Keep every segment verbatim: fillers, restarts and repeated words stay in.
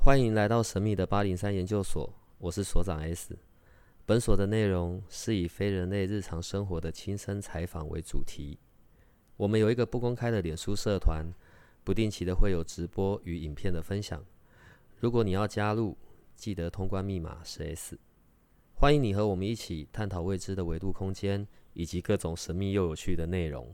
欢迎来到神秘的八零三研究所，我是所长 S。 本所的内容是以非人类日常生活的亲身采访为主题。我们有一个不公开的脸书社团，不定期的会有直播与影片的分享。如果你要加入，记得通关密码是 S。 欢迎你和我们一起探讨未知的维度空间，以及各种神秘又有趣的内容。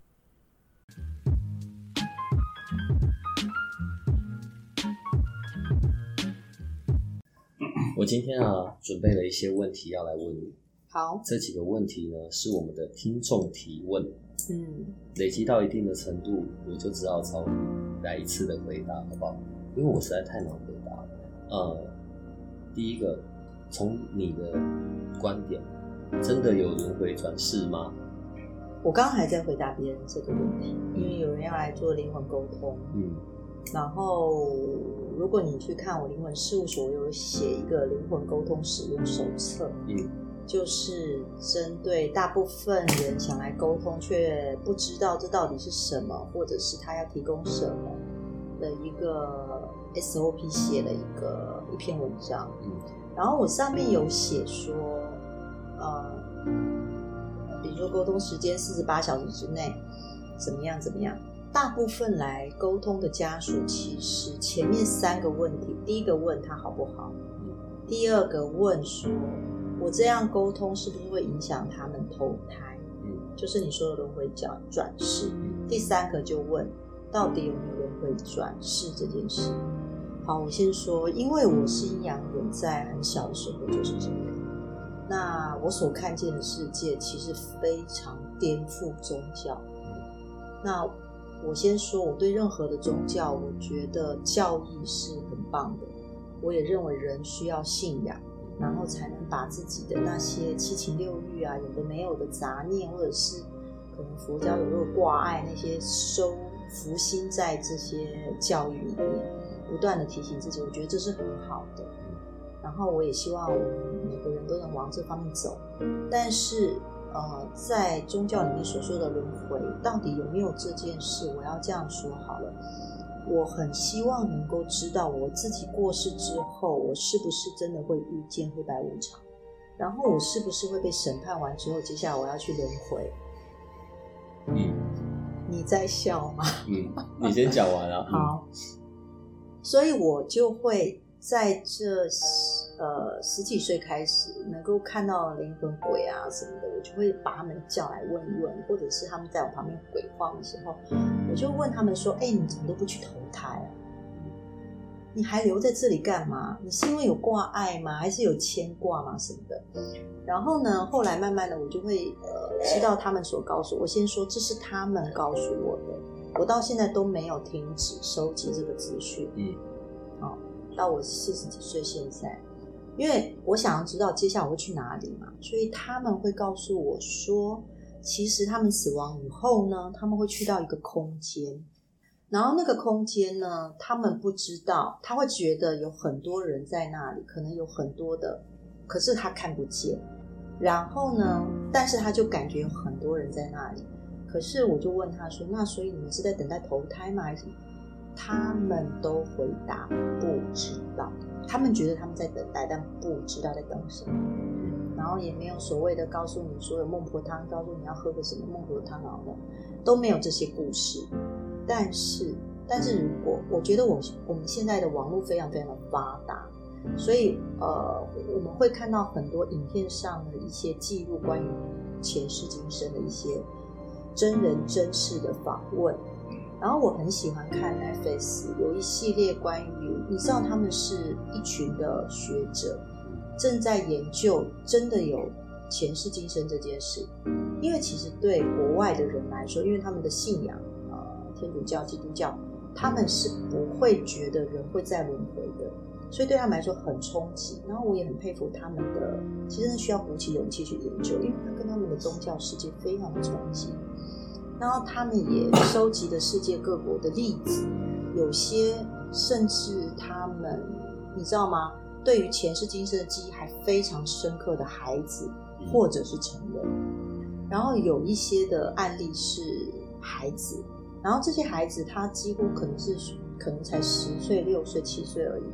我今天啊，准备了一些问题要来问你。 好， 这几个问题呢，是我们的听众提问。 嗯， 累积到一定的程度，我就只好找你来一次的回答，好不好？因为我实在太难回答了。呃，第一个，从你的观点，真的有轮回转世吗？ 我刚刚还在回答别人这个问题，因为有人要来做灵魂沟通。 嗯， 然后如果你去看我灵魂事务所，我有写一个灵魂沟通使用手册。嗯，就是针对大部分人想来沟通却不知道这到底是什么，或者是他要提供什么的一个 S O P 写了一个一篇文章。嗯，然后我上面有写说，呃，比如说沟通时间四十八小时之内，怎么样怎么样。大部分来沟通的家属，其实前面三个问题，第一个问他好不好，第二个问说我这样沟通是不是会影响他们投胎，嗯，就是你说的轮回转世。第三个就问到底有没有轮回转世这件事。好，我先说，因为我是阴阳人，在很小的时候就是这样，那我所看见的世界其实非常颠覆宗教。那我先说，我对任何的宗教，我觉得教义是很棒的，我也认为人需要信仰，然后才能把自己的那些七情六欲啊，有的没有的杂念，或者是可能佛教有没有挂碍那些收服心在这些教义里面，不断的提醒自己，我觉得这是很好的。然后我也希望我们每个人都能往这方面走，但是呃，在宗教里面所说的轮回到底有没有这件事，我要这样说好了，我很希望能够知道我自己过世之后，我是不是真的会遇见黑白无常，然后我是不是会被审判完之后，接下来我要去轮回。 嗯， 你在笑吗？ 嗯，你先讲完啊。 好，所以我就会在这呃十几岁开始能够看到灵魂鬼啊什么的，我就会把他们叫来问一问，或者是他们在我旁边鬼晃的时候，我就问他们说，哎、欸，你怎么都不去投胎啊？你还留在这里干嘛？你是因为有挂碍吗？还是有牵挂吗？什么的？然后呢，后来慢慢的我就会呃知道他们所告诉我，我先说这是他们告诉我的，我到现在都没有停止收集这个资讯。嗯，好，到我四十几岁现在，因为我想要知道接下来我会去哪里嘛，所以他们会告诉我说，其实他们死亡以后呢，他们会去到一个空间，然后那个空间呢，他们不知道，他会觉得有很多人在那里，可能有很多的，可是他看不见。然后呢，但是他就感觉有很多人在那里，可是我就问他说，那所以你们是在等待投胎吗？还是什么？他们都回答不知道，他们觉得他们在等待，但不知道在等什么。然后也没有所谓的告诉你说有孟婆汤，告诉你要喝个什么孟婆汤好了，都没有这些故事。但是但是如果我觉得我我们现在的网络非常非常的发达，所以呃我们会看到很多影片上的一些记录关于前世今生的一些真人真事的访问。然后我很喜欢看 Netflix 有一系列关于，你知道他们是一群的学者正在研究真的有前世今生这件事。因为其实对国外的人来说，因为他们的信仰呃天主教基督教，他们是不会觉得人会再轮回的，所以对他们来说很冲击。然后我也很佩服他们的，其实需要鼓起勇气去研究，因为他跟他们的宗教世界非常的冲击。然后他们也收集了世界各国的例子，有些甚至他们你知道吗，对于前世今生的记忆还非常深刻的孩子或者是成人。然后有一些的案例是孩子，然后这些孩子他几乎可能是可能才十岁六岁七岁而已，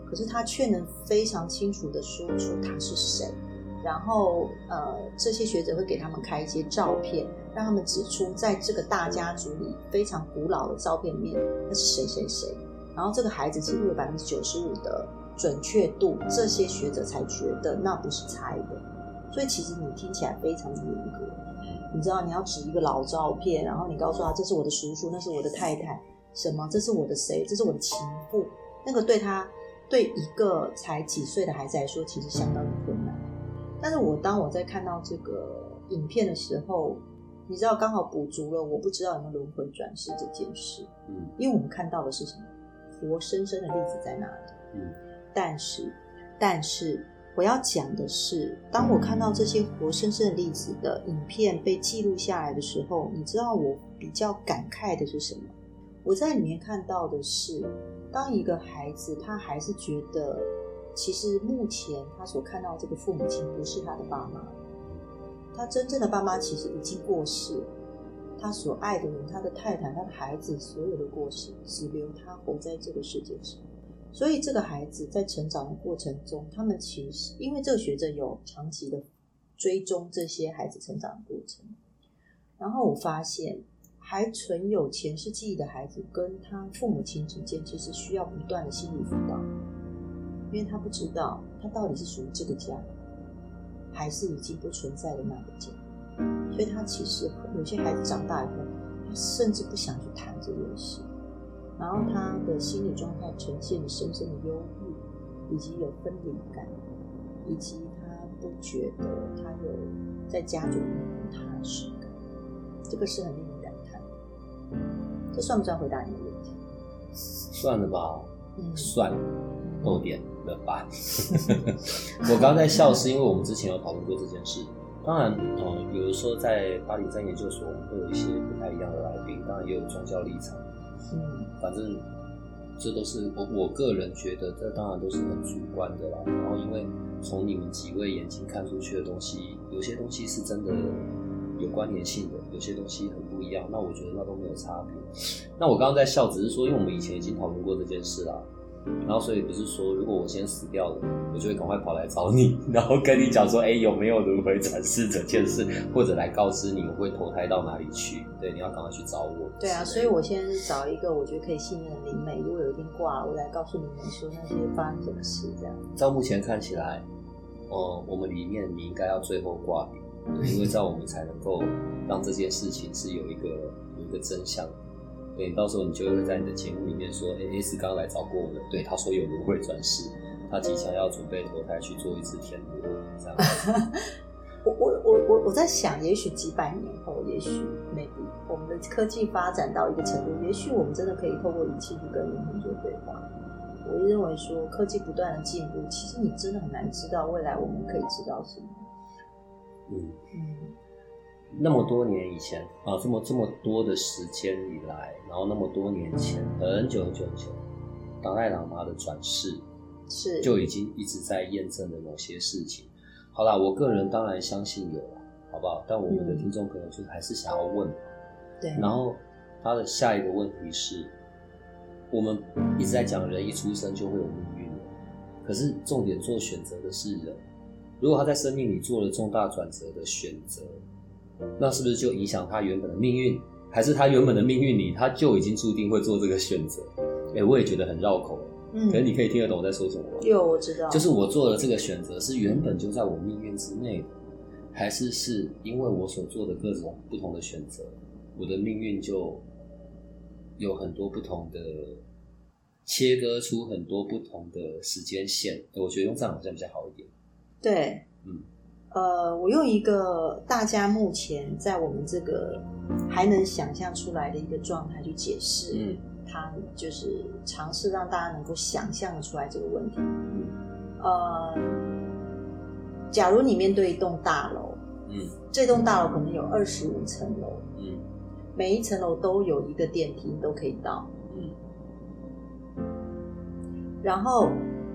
可是他却能非常清楚的说出他是谁。然后呃，这些学者会给他们开一些照片，让他们指出在这个大家族里非常古老的照片里面那是谁谁谁，然后这个孩子几乎有 百分之九十五 的准确度，这些学者才觉得那不是猜的。所以其实你听起来非常的严格，你知道你要指一个老照片，然后你告诉他这是我的叔叔，那是我的太太，什么这是我的谁，这是我的情妇，那个对他对一个才几岁的孩子来说其实相当的困难。但是我当我在看到这个影片的时候，你知道刚好补足了我不知道有没有轮回转世这件事，嗯，因为我们看到的是什么？活生生的例子在那里，嗯，但是但是我要讲的是，当我看到这些活生生的例子的影片被记录下来的时候，你知道我比较感慨的是什么？我在里面看到的是，当一个孩子他还是觉得其实目前他所看到这个父母亲不是他的爸妈，他真正的爸妈其实已经过世了，他所爱的人，他的太太，他的孩子，所有的过世，只留他活在这个世界上。所以这个孩子在成长的过程中，他们其实因为这个学者有长期的追踪这些孩子成长的过程，然后我发现还存有前世记忆的孩子跟他父母亲之间其实需要不断的心理辅导，因为他不知道他到底是属于这个家还是已经不存在的那个家，所以他其实有些孩子长大以后他甚至不想去谈这件事，然后他的心理状态呈现了深深的忧郁，以及有分离感，以及他不觉得他有在家族里面很踏实感，这个是很令人感叹的。这算不算回答你的问题？ 算了吧，嗯，算了，够点了吧。我刚刚在笑是因为我们之前有讨论过这件事。当然，嗯，比如说在八零三研究所，我们会有一些不太一样的来宾，当然也有宗教立场。嗯，反正这都是我我个人觉得，这当然都是很主观的啦。然后，因为从你们几位眼睛看出去的东西，有些东西是真的有关联性的，有些东西很不一样。那我觉得那都没有差别。那我刚刚在笑，只是说，因为我们以前已经讨论过这件事啦。然后所以不是说如果我先死掉了，我就会赶快跑来找你，然后跟你讲说，哎，有没有轮回转世这件事，或者来告知你我会投胎到哪里去。对，你要赶快去找我。 对啊，所以我先找一个我觉得可以信任的灵媒，如果有一天挂了，我来告诉你们说那些发生什么事这样。 照目前看起来，呃，我们里面你应该要最后挂点，因为这样我们才能够让这件事情是有一个有一个真相。对，到时候你就会在你的节目里面说，哎 ，S 刚刚来找过我的，对，他说有轮回转世，他即将要准备投胎去做一次天罗，这样子。 我我我我我在想，也许几百年后，也许 maybe 我们的科技发展到一个程度，也许我们真的可以透过仪器去跟灵魂做对话。我认为说，科技不断的进步，其实你真的很难知道未来我们可以知道什么。 嗯嗯。那么多年以前啊，这么这么多的时间以来，然后那么多年前，很久很久很久，达赖喇嘛的转世是就已经一直在验证了某些事情。好啦，我个人当然相信有啦，好不好？但我们的听众朋友就还是想要问嘛。 对。 然后他的下一个问题是，我们一直在讲人一出生就会有命运，可是重点做选择的是人。如果他在生命里做了重大转折的选择，那是不是就影响他原本的命运？还是他原本的命运里他就已经注定会做这个选择？哎、欸，我也觉得很绕口。嗯，可是你可以听得懂我在说什么吗？ 有，我知道。 就是我做的这个选择是原本就在我命运之内的，还是是因为我所做的各种不同的选择，我的命运就有很多不同的切割出很多不同的时间线？欸、我觉得用这样好像比较好一点。 对，嗯。呃，我用一个大家目前在我们这个还能想象出来的一个状态去解释，嗯，它就是尝试让大家能够想象出来这个问题。嗯，呃，假如你面对一栋大楼，嗯，这栋大楼可能有二十五层楼，嗯，每一层楼都有一个电梯，都可以到，嗯，然后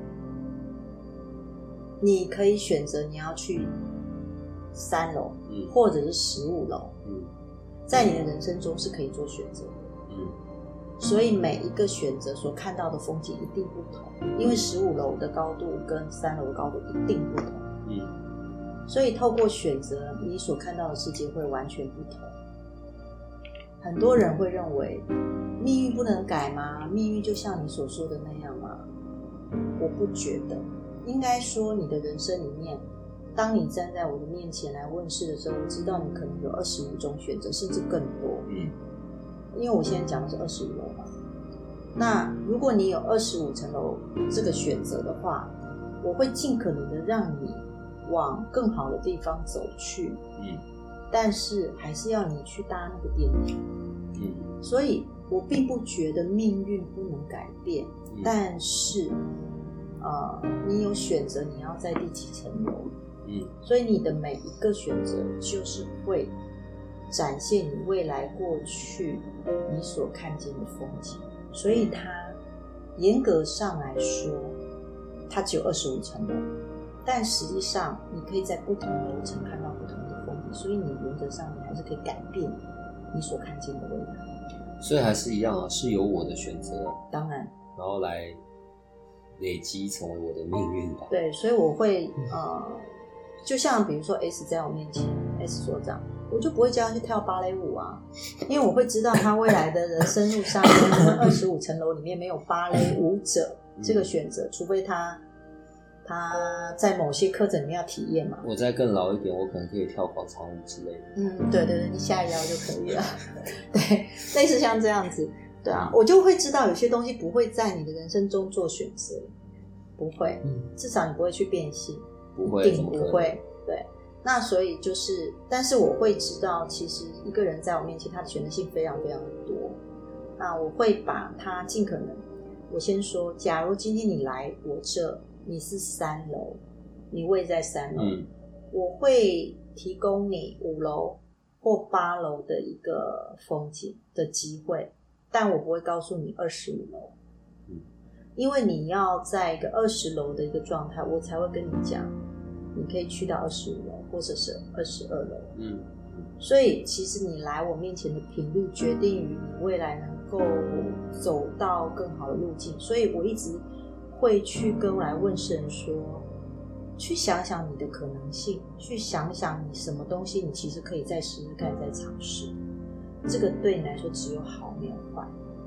你可以选择你要去三楼，嗯，或者是十五楼，嗯，在你的人生中是可以做选择的，嗯。 所以每一个选择所看到的风景一定不同，因为十五楼的高度跟三楼的高度一定不同。 嗯， 所以透过选择，你所看到的世界会完全不同。很多人会认为命运不能改吗？命运就像你所说的那样吗？我不觉得。应该说你的人生里面，当你站在我的面前来问世的时候，我知道你可能有二十五种选择，甚至更多。 嗯， 因为我现在讲的是二十五楼嘛。那如果你有二十五层楼这个选择的话，我会尽可能的让你往更好的地方走去。 嗯， 但是还是要你去搭那个电梯。 嗯， 所以我并不觉得命运不能改变， 嗯， 但是呃，你有选择你要在第几层楼。 嗯， 所以你的每一个选择就是会展现你未来过去你所看见的风景。所以它严格上来说它只有二十五层楼，但实际上你可以在不同楼层看到不同的风景，所以你原则上你还是可以改变你所看见的未来。 所以还是一样啊，是由我的选择， 当然然后来累积成为我的命运吧。 对，所以我会呃，就像比如说 S 在我面前 S 所长，我就不会叫他去跳芭蕾舞啊，因为我会知道他未来的人生路上二十五层楼里面没有芭蕾舞者这个选择，除非他他在某些课程里面要体验嘛。 我再更老一点，我可能可以跳广场舞之类的。 嗯，对对对，你下一腰就可以了。对，类似像这样子。对啊，我就会知道有些东西不会在你的人生中做选择，不会， 嗯， 至少你不会去变性， 不会， 一定不会。对，那所以就是，但是我会知道，其实一个人在我面前，他的选择性非常非常的多。那我会把他尽可能，我先说，假如今天你来我这，你是三楼，你位在三楼， 嗯， 我会提供你五楼或八楼的一个风景的机会。但我不会告诉你二十五楼， 嗯， 因为你要在一个二十楼的一个状态，我才会跟你讲，你可以去到二十五楼或者是二十二楼， 嗯， 所以其实你来我面前的频率决定于你未来能够走到更好的路径，所以我一直会去跟来问世人说，去想想你的可能性，去想想你什么东西你其实可以再试试看，再尝试。这个对你来说只有好没有坏。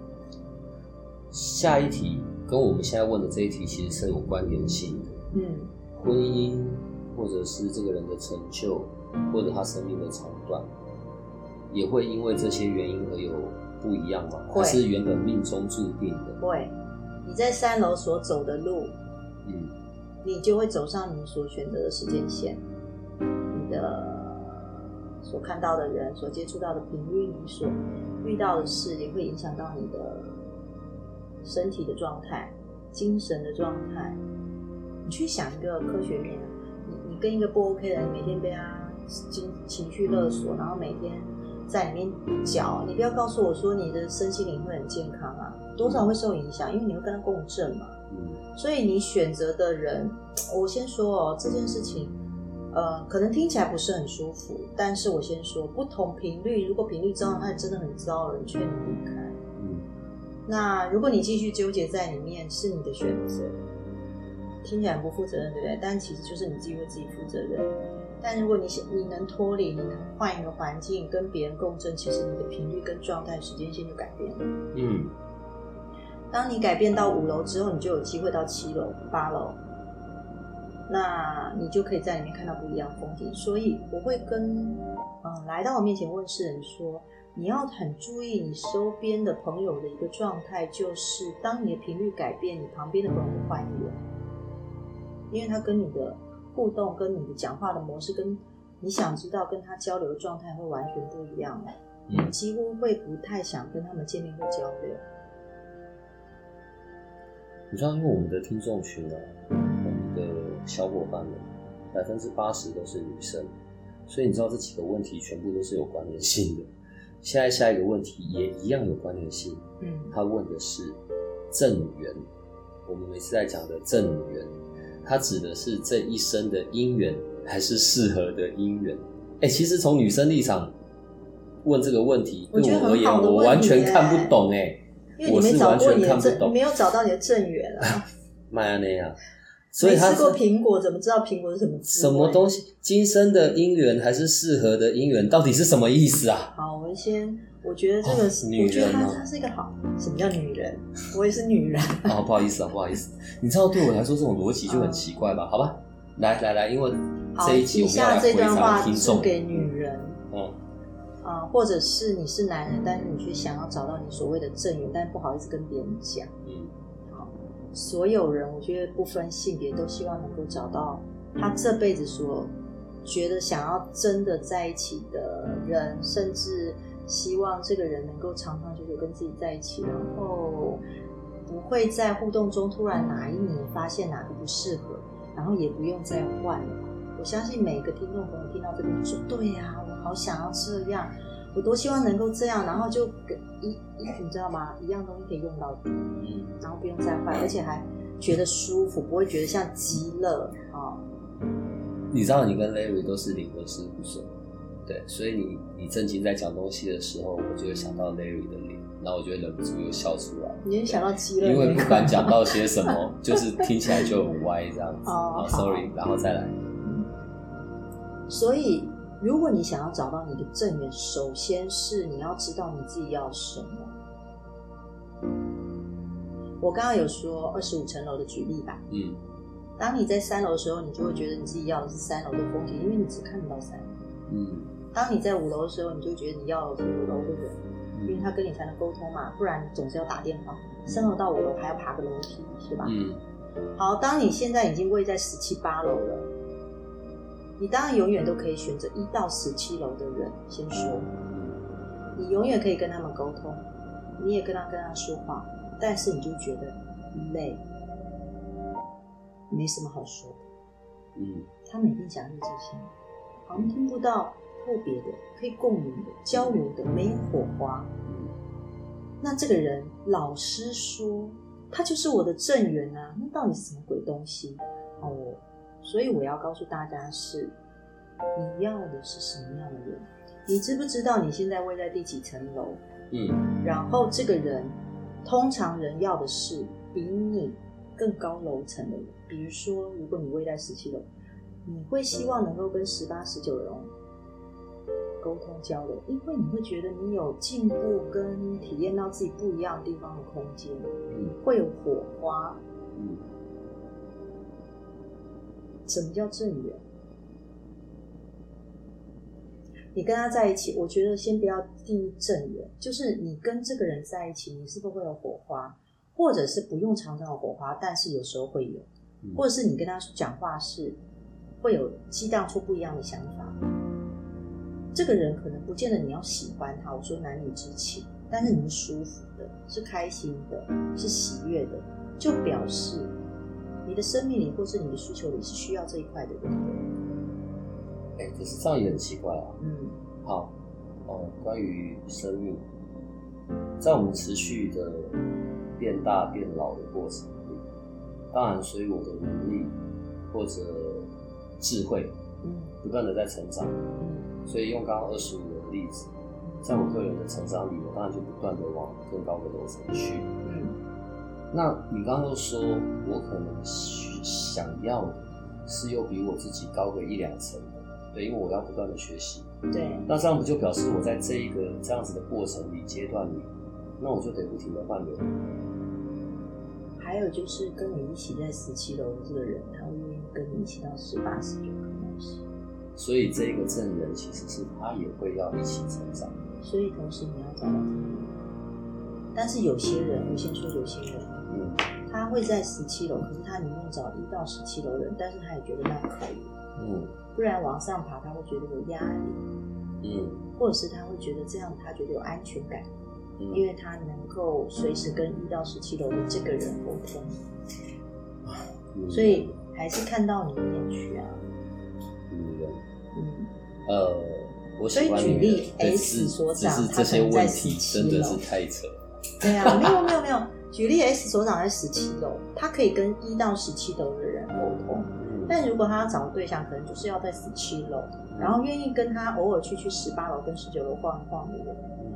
下一题跟我们现在问的这一题其实是有关联性的。 嗯， 婚姻或者是这个人的成就，或者他生命的长短，也会因为这些原因而有不一样吗？还是原本命中注定的？ 会。你在三楼所走的路， 嗯， 你就会走上你所选择的时间线，你的所看到的人，所接触到的频率，你所遇到的事，也会影响到你的身体的状态、精神的状态。你去想一个科学面，你你跟一个不 OK 的人，每天被他情情绪勒索，然后每天在里面搅，你不要告诉我说你的身心灵会很健康啊，多少会受影响，因为你会跟他共振嘛。 嗯， 所以你选择的人，我先说哦，这件事情。呃，可能听起来不是很舒服，但是我先说，不同频率，如果频率糟，那真的很糟的人，劝你离开。 嗯， 那如果你继续纠结在里面，是你的选择，听起来不负责任，对不对？但其实就是你自己为自己负责任。但如果你你能脱离，你能换一个环境跟别人共振，其实你的频率跟状态、时间线就改变了。 嗯， 当你改变到五楼之后，你就有机会到七楼、八楼。那你就可以在里面看到不一样的风景。所以我会跟嗯来到我面前问世人说，你要很注意你周边的朋友的一个状态，就是当你的频率改变，你旁边的朋友会换一个人，因为他跟你的互动、跟你的讲话的模式、跟你想知道跟他交流的状态会完全不一样，你几乎会不太想跟他们见面或交流。 你知道，因为我们的听众群啊，我们的小伙伴们百分之八十都是女生，所以你知道这几个问题全部都是有关联性的。现在下一个问题也一样有关联性，嗯，他问的是正缘，我们每次在讲的正缘，它指的是这一生的姻缘，还是适合的姻缘？哎、欸，其实从女生立场问这个问题，对我而言，我完全看不懂哎、欸。 因为你没找过你的正， 你没有找到你的正缘啊。 麦亚内啊，所以他没吃过苹果，怎么知道苹果是什么滋味？ 什么东西？今生的姻缘还是适合的姻缘，到底是什么意思啊？ 好，我们先，我觉得这个是， 哦、女人、哦、 我觉得她她是一个好，什么叫女人？我也是女人。 哦，不好意思啊，不好意思，你知道对我来说这种逻辑就很奇怪吧？好吧，来来来，因为这一集我们要来回答听众。 给女人， 嗯。 啊、呃，或者是你是男人，但是你却想要找到你所谓的正缘，但不好意思跟别人讲。 嗯， 好，所有人我觉得不分性别，都希望能够找到他这辈子所觉得想要真的在一起的人，甚至希望这个人能够长长久久跟自己在一起，然后不会在互动中突然哪一年发现哪个不适合，然后也不用再换了。我相信每一个听众朋友听到这边就说，对呀、啊，我好想要这样，我多希望能够这样，然后就一一你知道吗，一样东西可以用到底，嗯，然后不用再换，而且还觉得舒服，不会觉得像极乐啊。 你知道你跟 Larry 都是灵魂事务所，对，所以你你正经在讲东西的时候，我就会想到 Larry 的脸，然后我就会忍不住又笑出来。 你也想到极乐， 因为不管讲到些什么，就是听起来就很歪这样子。 哦， sorry， 然后再来。 所以，如果你想要找到你的正缘，首先是你要知道你自己要什么。我刚刚有说二十五层楼的举例吧， 嗯， 当你在三楼的时候，你就会觉得你自己要的是三楼的风景，因为你只看得到三楼。 嗯， 当你在五楼的时候，你就会觉得你要的是五楼的人，因为他跟你才能沟通嘛，不然总是要打电话。三楼到五楼还要爬个楼梯，是吧？ 嗯。 好，当你现在已经位在十七八楼了。你当然永远都可以选择一到十七楼的人先说，你永远可以跟他们沟通，你也跟他跟他说话，但是你就觉得累，没什么好说的。 嗯， 他每天讲就是这些，好像听不到特别的、可以共鸣的、交流的，没有火花。 嗯，那这个人老实说，他就是我的正缘啊，那到底是什么鬼东西？哦。所以我要告诉大家是，你要的是什么样的人？你知不知道你现在位在第几层楼？ 嗯， 然后这个人，通常人要的是比你更高楼层的人。比如说，如果你位在十七楼，你会希望能够跟十八、十九楼沟通交流，因为你会觉得你有进步跟体验到自己不一样的地方的空间， 嗯， 会有火花， 嗯。 什么叫正缘？你跟他在一起，我觉得先不要定义正缘，就是你跟这个人在一起，你是不是会有火花，或者是不用常常有火花，但是有时候会有， 嗯、 或者是你跟他讲话是会有激荡出不一样的想法。这个人可能不见得你要喜欢他，我说男女之情，但是你是舒服的，是开心的，是喜悦的，就表示你的生命里或是你的需求里是需要这一块的人。 哎、欸，可是这样也很奇怪啊。 嗯， 好，哦，关于生命，在我们持续的变大变老的过程里，当然随我的能力或者智慧，嗯，不断的在成长。嗯，所以用刚刚二十五楼的例子，在我个人的成长里，我当然就不断的往更高的楼层去。嗯。那你刚刚又说，我可能想要的是又比我自己高个一两层的，对，因为我要不断的学习。 对。 那这样不就表示我在这一个这样子的过程里阶段里，那我就得不停的换人。 还有就是跟你一起在十七楼的这个人，他会愿意跟你一起到十八、十九个东西。 所以这个正人其实是他也会要一起成长。 所以同时你要找到他。但是有些人，我先说有些人。嗯，他会在十七楼，可是他宁愿找一到十七楼人，但是他也觉得那可以，嗯，不然往上爬他会觉得有压力，嗯，或者是他会觉得这样他觉得有安全感，嗯，因为他能够随时跟一到十七楼的这个人沟通，嗯，所以还是看到里面去啊， 女人， 嗯， 呃，我喜欢所以举例 S 所长， 这些问题真的是太扯， 对啊，没有没有没有。举例 S 所长在十七楼，他可以跟一到十七楼的人沟通，嗯，但如果他要找的对象，可能就是要在十七楼，嗯，然后愿意跟他偶尔去去十八楼跟十九楼晃一晃的人，嗯，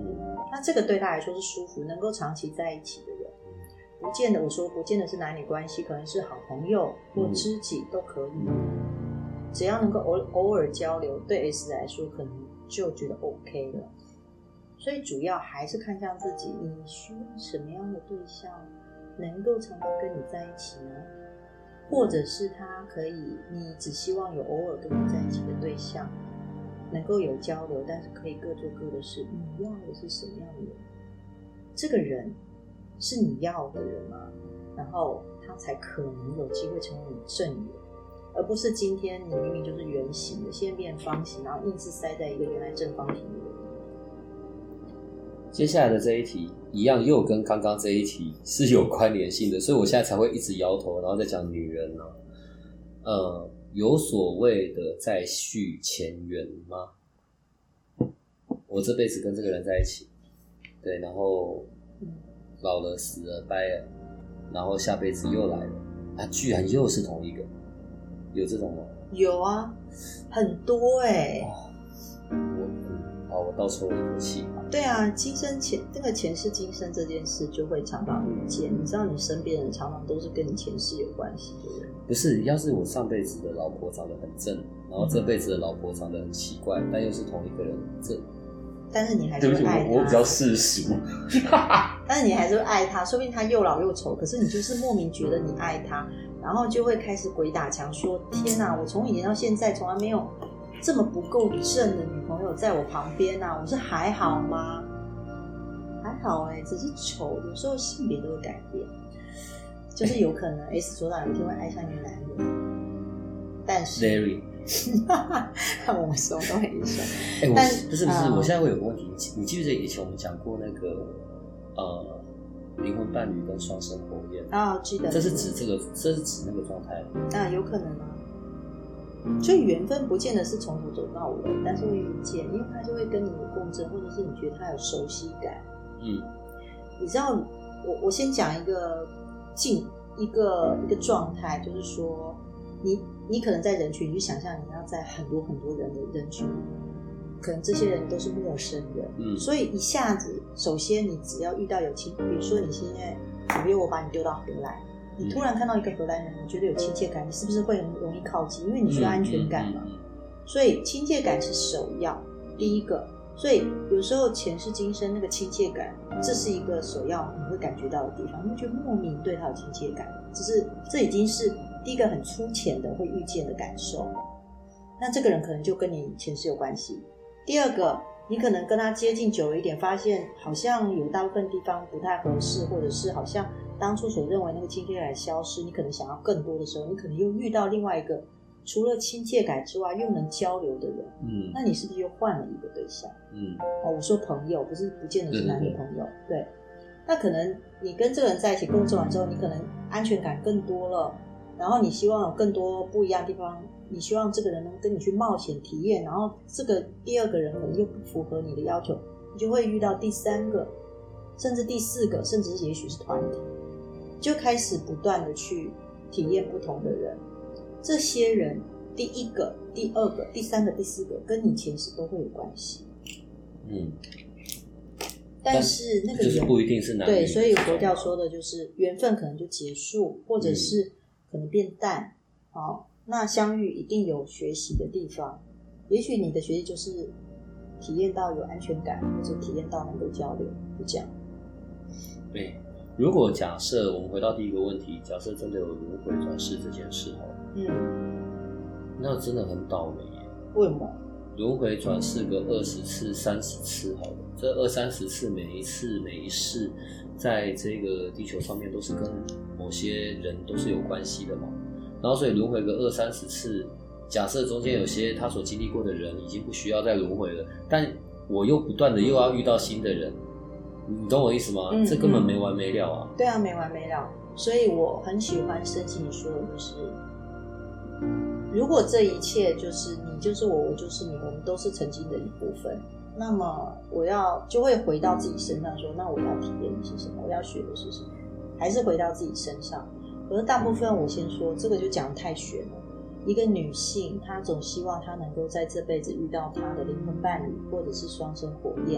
那这个对他来说是舒服，能够长期在一起的人，不见得我说不见得是男女关系，可能是好朋友或知己都可以，只要能够偶偶尔交流，对 S 来说可能就觉得 OK 了。所以主要还是看向自己，你需要什么样的对象能够常常跟你在一起呢？或者是他可以，你只希望有偶尔跟你在一起的对象能够有交流，但是可以各做各的事，你要的是什么样的人？这个人是你要的人吗？然后他才可能有机会成为你正缘，而不是今天你明明就是圆形的，现在变方形，然后硬是塞在一个原来正方体的人。 接下来的这一题一样又跟刚刚这一题是有关联性的，所以我现在才会一直摇头，然后再讲女人呢、啊，呃，有所谓的再续前缘吗？我这辈子跟这个人在一起，对，然后老了死了掰了，然后下辈子又来了，啊，居然又是同一个，有这种吗？ 有啊，很多哎、欸。 哦我嗯，好，我倒抽了一口气。 对啊，今生前这个前世今生这件事就会常常遇见。你知道，你身边的人常常都是跟你前世有关系的人。 不是，要是我上辈子的老婆长得很正，然后这辈子的老婆长得很奇怪，但又是同一个人，这但是你还是会爱他。 对不起，我我比较世俗。 但是你还是会爱他，说不定他又老又丑，可是你就是莫名觉得你爱他，然后就会开始鬼打墙，说天哪，我从以前到现在从来没有这么不够正的女朋友在我旁边啊，我是还好吗？还好哎、欸，只是丑，有时候性别都会改变，就是有可能 S 所长有一天会爱上一个男人，但是 Larry， 我们什么都没说。 哎、欸， 但我不是不是、 嗯， 我现在会有个问题，你记不记得以前我们讲过那个呃灵魂伴侣跟双生火焰啊？记得， 这是指这个，这是指那个状态啊，有可能啊。所以缘分不见得是从头走到尾，但是会遇见，因为他就会跟你有共振，或者是你觉得他有熟悉感。 嗯， 你知道，我我先讲一个境一个一个状态，就是说，你你可能在人群，你就想象你要在很多很多人的人群，可能这些人都是陌生人， 嗯， 所以一下子，首先你只要遇到有亲，比如说你现在，比如我把你丢到荷兰。你突然看到一个荷兰人，你觉得有亲切感，你是不是会很容易靠近？因为你需要安全感嘛。嗯嗯嗯嗯、所以亲切感是首要，第一个。所以有时候前世今生那个亲切感，这是一个首要你会感觉到的地方，你会觉得莫名对他有亲切感。只是这已经是第一个很粗浅的会遇见的感受。那这个人可能就跟你前世有关系。第二个，你可能跟他接近久了一点，发现好像有大部分地方不太合适，或者是好像当初所认为那个亲切感消失，你可能想要更多的时候，你可能又遇到另外一个除了亲切感之外又能交流的人， 嗯， 那你是不是又换了一个对象？ 嗯， 哦，我说朋友，不是不见得是男女朋友，对, 对, 对。那可能你跟这个人在一起共振完之后，你可能安全感更多了，然后你希望有更多不一样的地方，你希望这个人能跟你去冒险体验，然后这个第二个人可能又不符合你的要求，你就会遇到第三个，甚至第四个，甚至是也许是团体。就开始不断的去体验不同的人，这些人第一个、第二个、第三个、第四个跟你前世都会有关系。 嗯， 但是那个就是不一定是男女。 对，所以佛教说的就是缘分可能就结束，或者是可能变淡。嗯哦、那相遇一定有学习的地方，也许你的学习就是体验到有安全感，或者体验到能够交流，就这样。 对。如果假设我们回到第一个问题，假设真的有轮回转世这件事好了， 嗯， 那真的很倒霉耶。 为什么？ 轮回转世个二十次、三十次好了，这二三十次，每一次每一世，在这个地球上面都是跟某些人都是有关系的嘛。然后所以轮回个二三十次，假设中间有些他所经历过的人已经不需要再轮回了，但我又不断的又要遇到新的人。你懂我意思吗？嗯、这根本没完没了啊！ 对啊，没完没了。所以我很喜欢圣经里说的，就是如果这一切就是你就是我，我就是你，我们都是曾经的一部分，那么我要就会回到自己身上说，那我要体验的是什么？我要学的是什么？还是回到自己身上？可是大部分我先说，这个就讲得太玄了。一个女性，她总希望她能够在这辈子遇到她的灵魂伴侣，或者是双生火焰。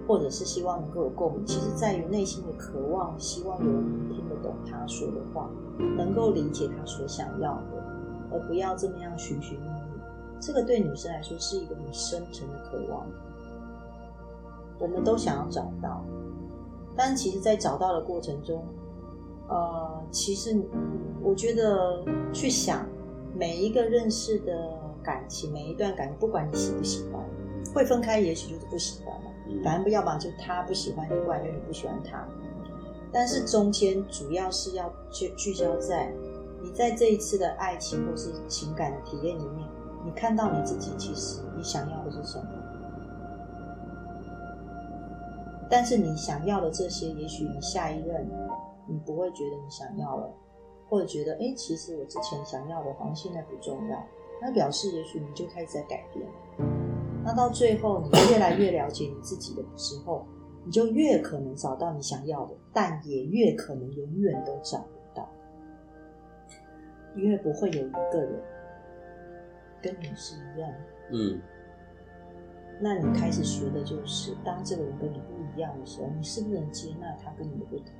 或者是希望能够有共鸣，其实在于内心的渴望，希望有人能听得懂他说的话，能够理解他所想要的，而不要这么样寻寻觅觅。这个对女生来说是一个很深沉的渴望，我们都想要找到，但其实在找到的过程中，呃，其实我觉得去想每一个认识的感情，每一段感情，不管你喜不喜欢，会分开也许就是不喜欢嘛，反正要不然就他不喜欢你，不然就你不喜欢他。但是中间主要是要聚焦在你在这一次的爱情或是情感的体验里面，你看到你自己其实你想要的是什么。但是你想要的这些，也许你下一任你不会觉得你想要了，或者觉得诶其实我之前想要的好像现在不重要，那表示也许你就开始在改变。那到最后你越来越了解你自己的时候，你就越可能找到你想要的，但也越可能永远都找不到，因为不会有一个人跟你是一样的。 嗯， 那你开始学的就是当这个人跟你不一样的时候，你是不是能接纳他跟你的不同。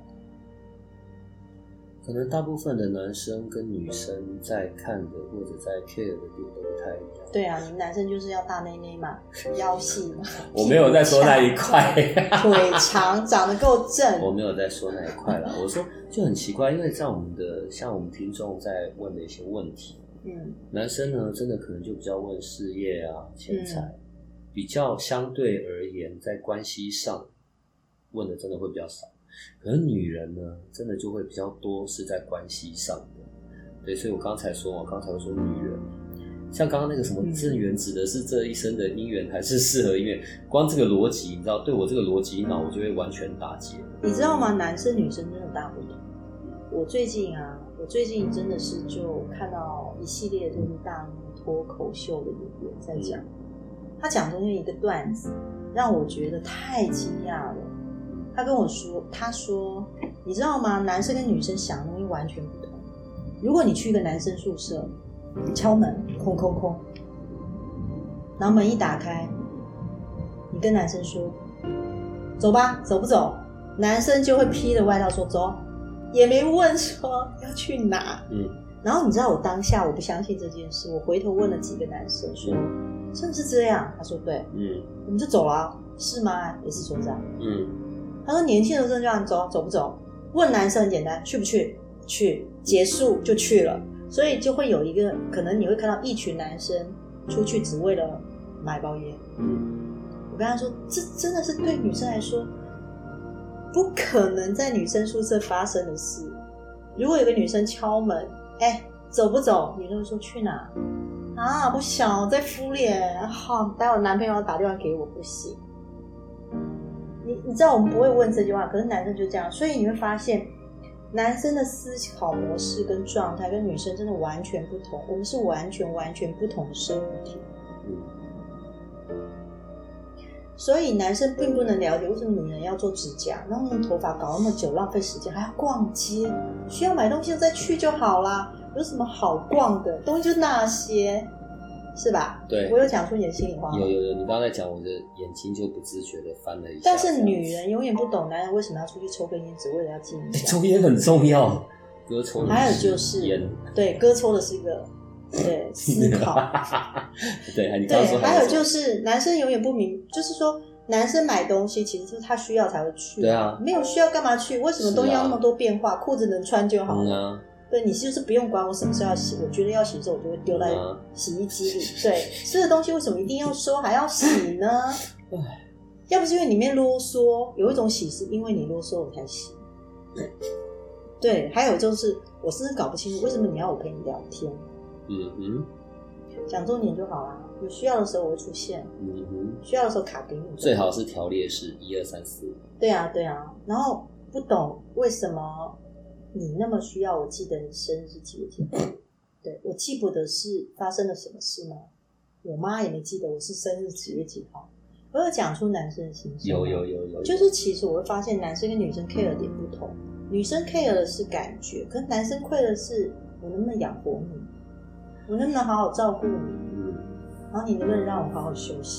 可能大部分的男生跟女生在看的或者在 care 的点都不太一样。 对啊，你们男生就是要大内内嘛，腰细嘛。 我没有在说那一块腿长长得够正。 我没有在说那一块啦，我说就很奇怪，因为在我们的像我们听众在问的一些问题，嗯，男生呢真的可能就比较问事业啊钱财、嗯、比较相对而言在关系上问的真的会比较少，可是女人呢真的就会比较多是在关系上的。对，所以我刚才说我刚才会说女人像刚刚那个什么正缘指的是这一生的姻缘还是适合姻缘，光这个逻辑你知道对我这个逻辑脑我就会完全打结。 你知道吗？男生女生真的大不同。我最近啊我最近真的是就看到一系列就是大陆脱口秀的演员在讲、嗯、他讲中间一个段子让我觉得太惊讶了。他跟我说他说你知道吗，男生跟女生想的东西完全不同。如果你去一个男生宿舍敲门空空空，然后门一打开，你跟男生说走吧，走不走，男生就会披着外套说走，也没问说要去哪。嗯，然后你知道我当下我不相信这件事，我回头问了几个男生说真的是这样？他说对。嗯，我们就走了、啊、是吗？也是说这样。嗯，他说年轻的时候就让你走走不走，问男生很简单，去不去？去，结束就去了。所以就会有一个可能你会看到一群男生出去只为了买包烟。嗯，我跟他说这真的是对女生来说不可能在女生宿舍发生的事。如果有个女生敲门哎，走不走，女生会说去哪啊，不想在敷脸，好，待会男朋友要打电话给我不行。你你知道我们不会问这句话，可是男生就这样。所以你会发现男生的思考模式跟状态跟女生真的完全不同，我们是完全完全不同的生物体。所以男生并不能了解为什么女人要做指甲，然后用头发搞那么久浪费时间，还要逛街，需要买东西再去就好啦，有什么好逛的东西就那些，是吧？ 对， 我有讲出你的心里话吗？ 有有有，你刚才讲我的眼睛就不自觉的翻了一下。 但是女人永远不懂男人为什么要出去抽根烟，只为了要静一下、 欸、抽烟很重要，哥抽的还有就是烟，对，哥抽的是一个对思考对，你刚刚说对，还有就是男生永远不明，就是说男生买东西其实是他需要才会去， 对啊， 没有需要干嘛去？为什么东西要那么多变化？裤子能穿就好了、嗯啊、对，你就是不用管我什么时候要洗，我觉得要洗的时候我就会丢在洗衣机里、嗯啊、对，吃的东西为什么一定要收还要洗呢？要不是因为里面啰嗦，有一种洗是因为你啰嗦我才洗。对，还有就是我真的搞不清楚为什么你要我陪你聊天。嗯哼，讲重点就好啦，有需要的时候我会出现。嗯哼，需要的时候卡给你， 最好是条列式一二三四。 对啊对啊，然后不懂为什么你那么需要我记得你生日几月几号。对，我记不得是发生了什么事吗？我妈也没记得我是生日几月几号。我有讲出男生的心声， 有有有 有, 有， 就是其实我会发现男生跟女生 care 的点不同，女生 care 的是感觉，可是男生 care 的是我能不能养活你，我能不能好好照顾你，嗯，然后你能不能让我好好休息。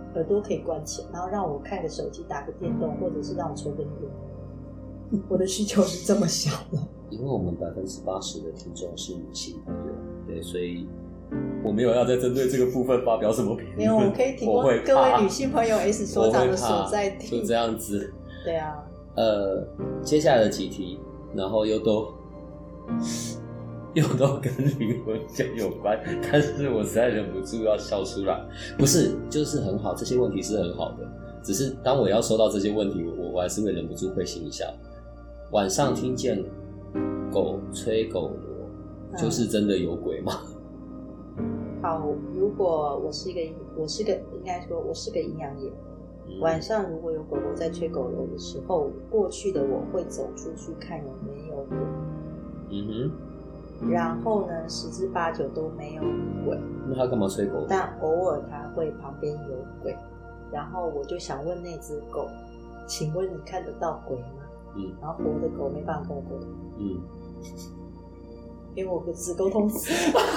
耳朵可以关起来，然后让我看个手机、打个电动，或者是让我抽根烟。我的需求是这么小的。 因为我们百分之八十的听众是女性朋友，对，所以我没有要再针对这个部分发表什么评论。 没有，我可以提供各位女性朋友 S 所长的所在地。 就这样子。 对啊。 呃，接下来的几题，然后又都又都跟灵魂相有关，但是我实在忍不住要笑出来。不是，就是很好，这些问题是很好的，只是当我要收到这些问题，我我还是会忍不住会心一笑。晚上听见狗吹狗螺，就是真的有鬼吗？ 好，如果我是一个，我是个，应该说我是个阴阳眼。晚上如果有狗狗在吹狗螺的时候，过去的我会走出去看有没有鬼。 嗯哼。然后呢，十之八九都没有鬼。 那他干嘛吹狗？ 但偶尔他会旁边有鬼。然后我就想问那只狗，请问你看得到鬼吗？嗯。然后活的狗没办法跟我沟通。嗯。因为我只沟通死。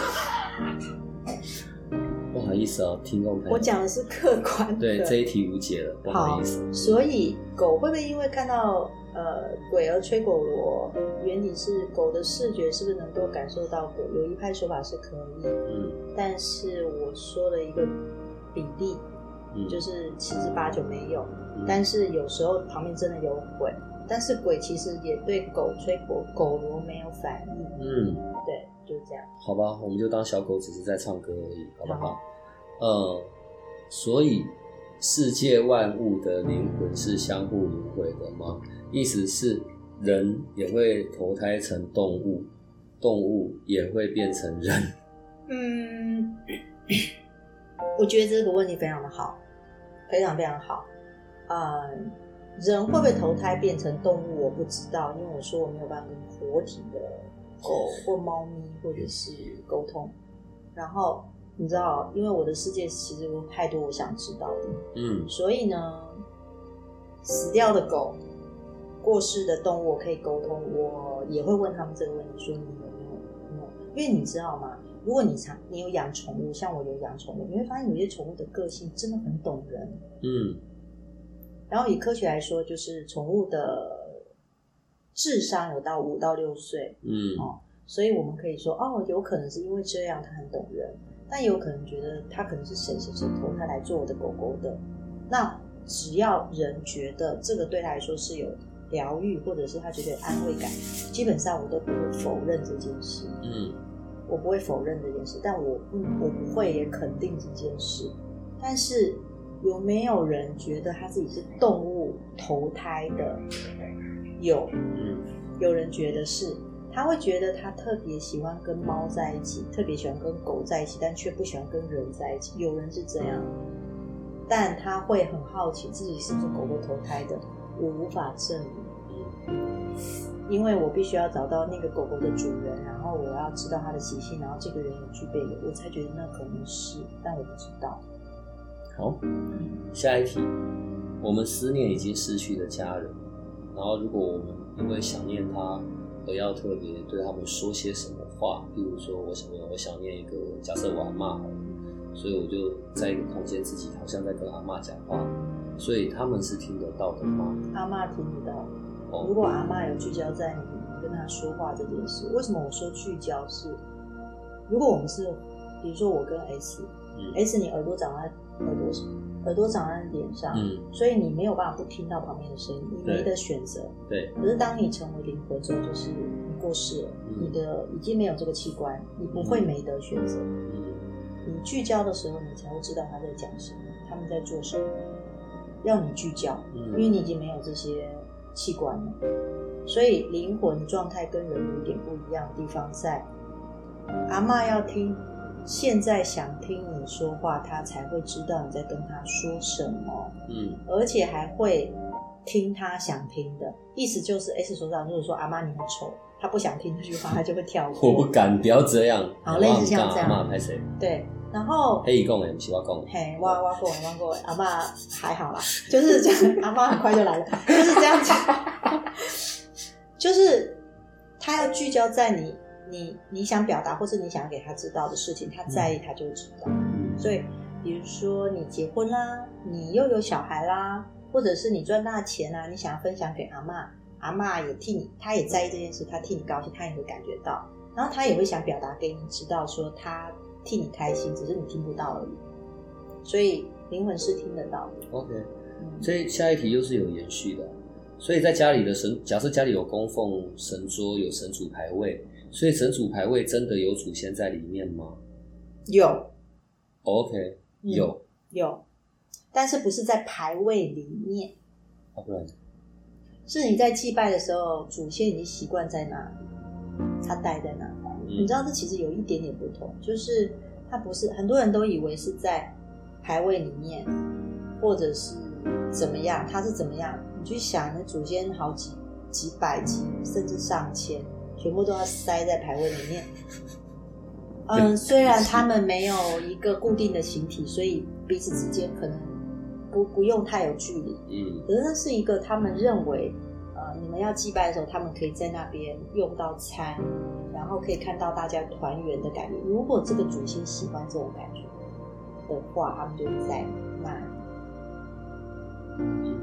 不好意思哦，听众朋友， 我讲的是客观的。 对，这一题无解了，不好意思。 所以狗会不会因为看到呃鬼而吹狗螺？原理是狗的视觉是不是能够感受到鬼？有一派说法是可以，嗯，但是我说了一个比例，嗯，就是七至八九没有，嗯，但是有时候旁边真的有鬼，但是鬼其实也对狗吹狗狗螺没有反应，嗯，对。就是这样， 好吧，我们就当小狗只是在唱歌而已，好不好？呃，所以世界万物的灵魂是相互轮回的吗？意思是人也会投胎成动物，动物也会变成人。 嗯，我觉得这个问题非常的好，非常非常好。呃，人会不会投胎变成动物？我不知道，因为我说我没有办法跟活体的狗或猫咪或者是沟通，然后你知道，因为我的世界其实有太多我想知道的，嗯，所以呢，死掉的狗、过世的动物我可以沟通，我也会问他们这个问题，说你有没有？有，因为你知道吗？如果你常你有养宠物，像我有养宠物，你会发现有些宠物的个性真的很懂人，嗯，然后以科学来说，就是宠物的智商有到五到六岁，嗯，哦，所以我们可以说，哦，有可能是因为这样，他很懂人，但也有可能觉得他可能是谁谁谁投胎来做我的狗狗的。那只要人觉得这个对他来说是有疗愈，或者是他觉得有安慰感，基本上我都不会否认这件事，嗯，我不会否认这件事，但我不我不会也肯定这件事。但是有没有人觉得他自己是动物投胎的？有，嗯，有人觉得是，他会觉得他特别喜欢跟猫在一起，特别喜欢跟狗在一起，但却不喜欢跟人在一起。有人是这样，但他会很好奇自己是不是狗狗投胎的，我无法证明，因为我必须要找到那个狗狗的主人，然后我要知道他的习性，然后这个人有具备的，我才觉得那可能是，但我不知道。 好，下一题，我们思念已经失去的家人，然后如果我们因为想念他而要特别对他们说些什么话，比如说我想我想念一个，假设我阿嬷好了，所以我就在一个空间自己好像在跟阿嬷讲话，所以他们是听得到的吗？ 阿嬷听得到，哦，如果阿嬷有聚焦在你跟他说话这件事，为什么我说聚焦是，如果我们是比如说我跟 S，嗯，S 你耳朵长在耳朵耳朵长在脸上，嗯，所以你没有办法不听到旁边的声音，你没得选择。对。可是当你成为灵魂之后，就是你过世了，嗯，你的已经没有这个器官，你不会没得选择。嗯。你聚焦的时候，你才会知道他在讲什么，他们在做什么，要你聚焦，嗯，因为你已经没有这些器官了。所以灵魂的状态跟人有一点不一样的地方在，阿嬷要听。现在想听你说话，他才会知道你在跟他说什么，嗯，而且还会听他想听的。意思就是 S 所长如果说阿嬷你很丑，他不想听这句话，他就会跳过。 我不敢，不要这样。 好，类似像这样。 阿嬷拍谁？ 对，然后黑伊讲的不是我讲的。 嘿，我我讲的，我讲的，阿嬷还好啦，就是这样，阿嬷很快就来了，就是这样子，就是他要聚焦在你。你你想表达或是你想要给他知道的事情，他在意他就会知道，嗯，所以比如说你结婚啦，你又有小孩啦，或者是你赚大钱啦，你想要分享给阿嬷，阿嬷也替你，她也在意这件事，她替你高兴，她也会感觉到，然后她也会想表达给你知道说她替你开心，只是你听不到而已，所以灵魂是听得到的。 OK， 所以下一题又是有延续的，所以在家里的神，假设家里有供奉神桌，有神主牌位，所以神主牌位真的有祖先在里面吗？ 有。 OK， 有、 嗯、有，但是不是在牌位里面啊？不然是你在祭拜的时候，祖先已经习惯在那里，他待在那里、嗯、你知道这其实有一点点不同，就是他不是，很多人都以为是在牌位里面或者是怎么样，他是怎么样，你去想，你祖先好几几百几甚至上千，全部都要塞在牌位里面。嗯，虽然他们没有一个固定的形体，所以彼此之间可能不不用太有距离。嗯，可是那是一个他们认为，呃，你们要祭拜的时候，他们可以在那边用到餐，然后可以看到大家团圆的感觉。如果这个祖先喜欢这种感觉的话，他们就在那里。嗯，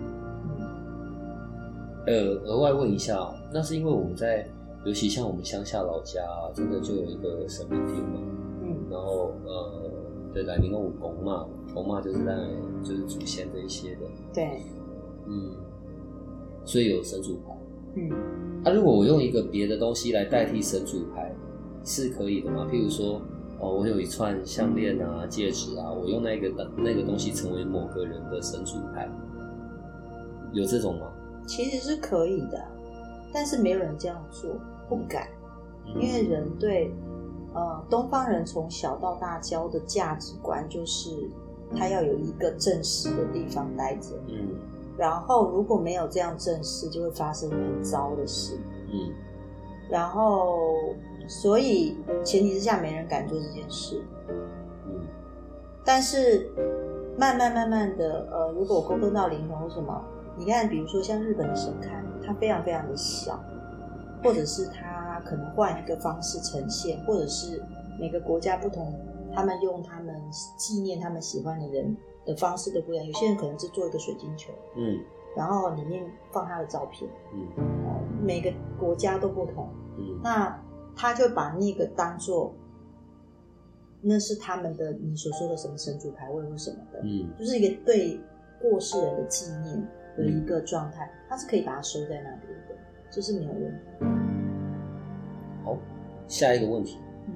呃，额外问一下，那是因为我们在。尤其像我们乡下老家、啊，真的就有一个神明厅嘛，嗯，然后呃，对，来民有公嘛，公嘛就是在就是祖先这一些的， 对， 嗯，所以有神主牌， 嗯， 啊，如果我用一个别的东西来代替神主牌，是可以的吗？譬如说，哦，我有一串项链啊、戒指啊，我用那个那个东西成为某个人的神主牌，有这种吗？ 其实是可以的。但是没有人这样做，不敢，因为人对呃东方人从小到大教的价值观就是他要有一个正式的地方待着，嗯，然后如果没有这样正式，就会发生很糟的事，嗯，然后所以前提之下没人敢做这件事，嗯，但是慢慢慢慢的，呃，如果我沟通到灵魂或什么，你看，比如说像日本的神龛。它非常非常的小，或者是它可能换一个方式呈现，或者是每个国家不同，他们用他们纪念他们喜欢的人的方式都不一样。有些人可能是做一个水晶球，嗯，然后里面放他的照片，嗯，呃、每个国家都不同，嗯，那他就把那个当作那是他们的你所说的什么神主牌位或什么的，嗯，就是一个对过世人的纪念的一个状态，它是可以把它收在那边的，这是没有问题。 好，下一个问题，嗯，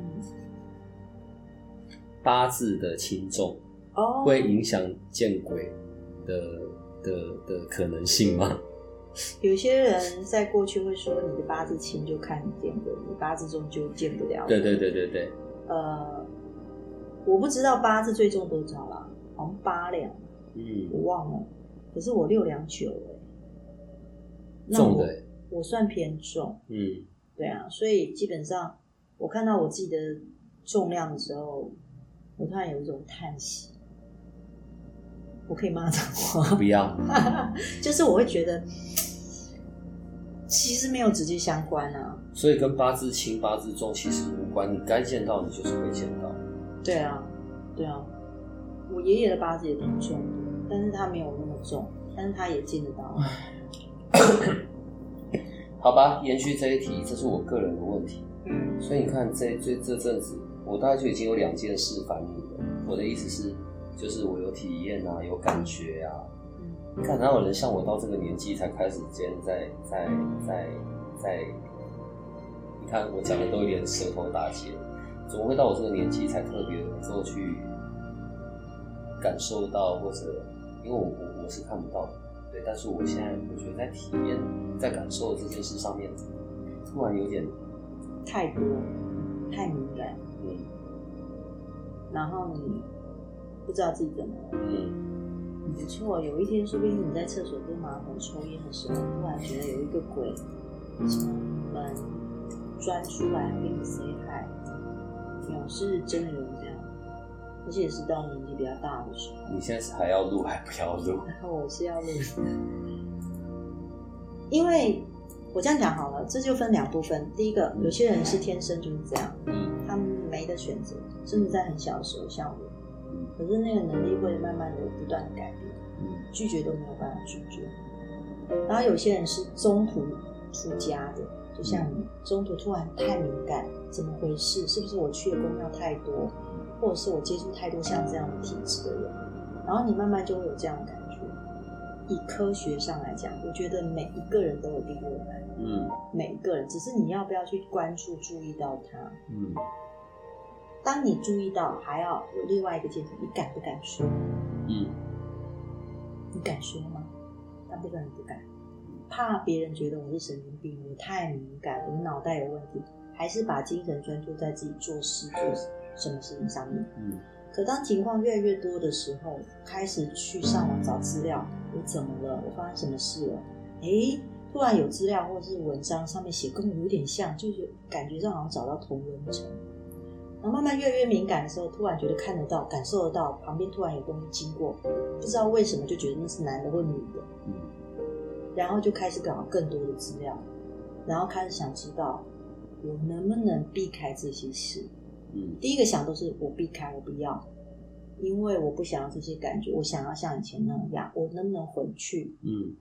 八字的轻重哦，会影响见鬼的的的可能性吗？ 有些人在过去会说，你的八字轻就看你见鬼，你八字重就见不了。 对对对对对。 呃，我不知道八字最重多少啦，好像八两，嗯，我忘了。可是我六两九哎， 重的欸， 我算偏重，嗯，对啊，所以基本上我看到我自己的重量的时候，我突然有一种叹息。我可以骂脏话？ 不要， 就是我会觉得，其实没有直接相关啊。 所以跟八字轻八字重其实无关，你该见到你就是会见到。 对啊，对啊，我爷爷的八字也挺重的。但是他没有那么重，但是他也见得到。 好吧，延续这一题，这是我个人的问题。嗯，所以你看这这这阵子，我大概就已经有两件事烦你了。我的意思是，就是我有体验啊，有感觉啊。嗯，看哪有人像我到这个年纪才开始间在在在在，你看我讲的都有点舌头打结，怎么会到我这个年纪才特别能够去感受到，或者因为我我我是看不到的，对，但是我现在我觉得在体验、在感受这件事上面，突然有点太多、太敏感，嗯，然后你不知道自己怎么了，嗯，很不错。有一天，说不定你在厕所跟马桶抽烟的时候，突然觉得有一个鬼从门钻出来跟你 say hi， 有是真的有这样。而且是到年纪比较大的时候。 你现在是还要录还不要录？ 我是要录，因为我这样讲好了，这就分两部分。第一个，有些人是天生就是这样，嗯，他们没得选择，甚至在很小的时候，像我， 可是那个能力会慢慢的不断的改变， 嗯， 拒绝都没有办法拒绝。然后有些人是中途出家的，就像你中途突然太敏感，怎么回事？是不是我去的宫庙太多，或者是我接触太多像这样的体质的人？然后你慢慢就会有这样的感觉。以科学上来讲，我觉得每一个人都有第六感， 嗯， 每一个人，只是你要不要去关注、注意到它。 嗯， 当你注意到，还要有另外一个阶段，你敢不敢说？ 嗯， 你敢说吗？大部分人不敢，怕别人觉得我是神经病，我太敏感，我脑袋有问题，还是把精神专注在自己做事、做什么事情上面。 嗯， 可当情况越来越多的时候，开始去上网找资料，我怎么了？我发生什么事了？诶，突然有资料或是文章上面写跟我有点像，就是感觉上好像找到同温层。然后慢慢越来越敏感的时候，突然觉得看得到、感受得到，旁边突然有东西经过，不知道为什么就觉得那是男的或女的， 嗯， 然后就开始找更多的资料，然后开始想知道我能不能避开这些事。 嗯， 第一个想都是我避开，我不要，因为我不想要这些感觉，我想要像以前那样，我能不能回去？ 嗯，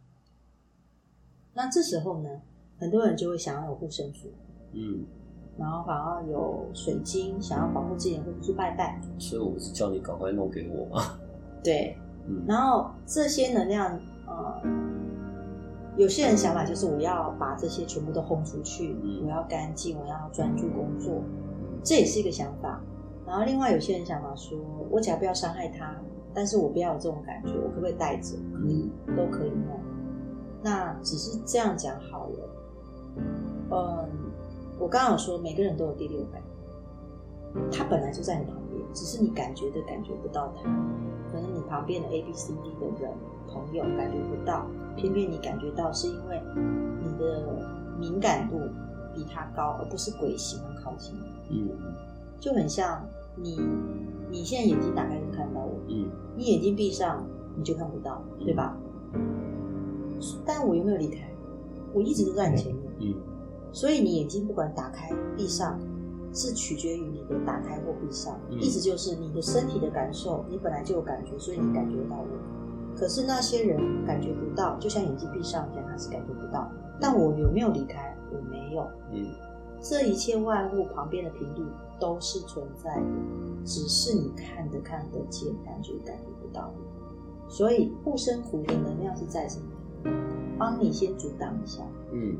那这时候呢，很多人就会想要有护身符， 嗯， 然后想要有水晶，想要保护自己，或者去拜拜。 所以我是叫你赶快弄给我嘛。 对， 嗯， 然后这些能量，呃，有些人想法就是我要把这些全部都轰出去， 嗯， 我要干净，我要专注工作，这也是一个想法。然后另外有些人想法说，我只要不要伤害他，但是我不要有这种感觉，我可不可以带着？可以，都可以弄。那只是这样讲好了。嗯，我刚刚有说每个人都有第六感，他本来就在你旁边，只是你感觉的感觉不到他。可能你旁边的 A B C D 的人朋友感觉不到，偏偏你感觉到，是因为你的敏感度比他高，而不是鬼喜欢靠近。 嗯， 就很像你，你现在眼睛打开就看到我， 嗯， 你眼睛闭上你就看不到，对吧？但我有没有离开？我一直都在你前面， 嗯， 所以你眼睛不管打开闭上，是取决于你的打开或闭上， 嗯， 意思就是你的身体的感受，你本来就有感觉，所以你感觉到我。可是那些人感觉不到，就像眼睛闭上一样，他是感觉不到。但我有没有离开？我没有。 嗯， 这一切万物旁边的频率都是存在的，只是你看得看得见，感觉感觉不到。所以护身符的能量是在什么？帮你先阻挡一下， 嗯，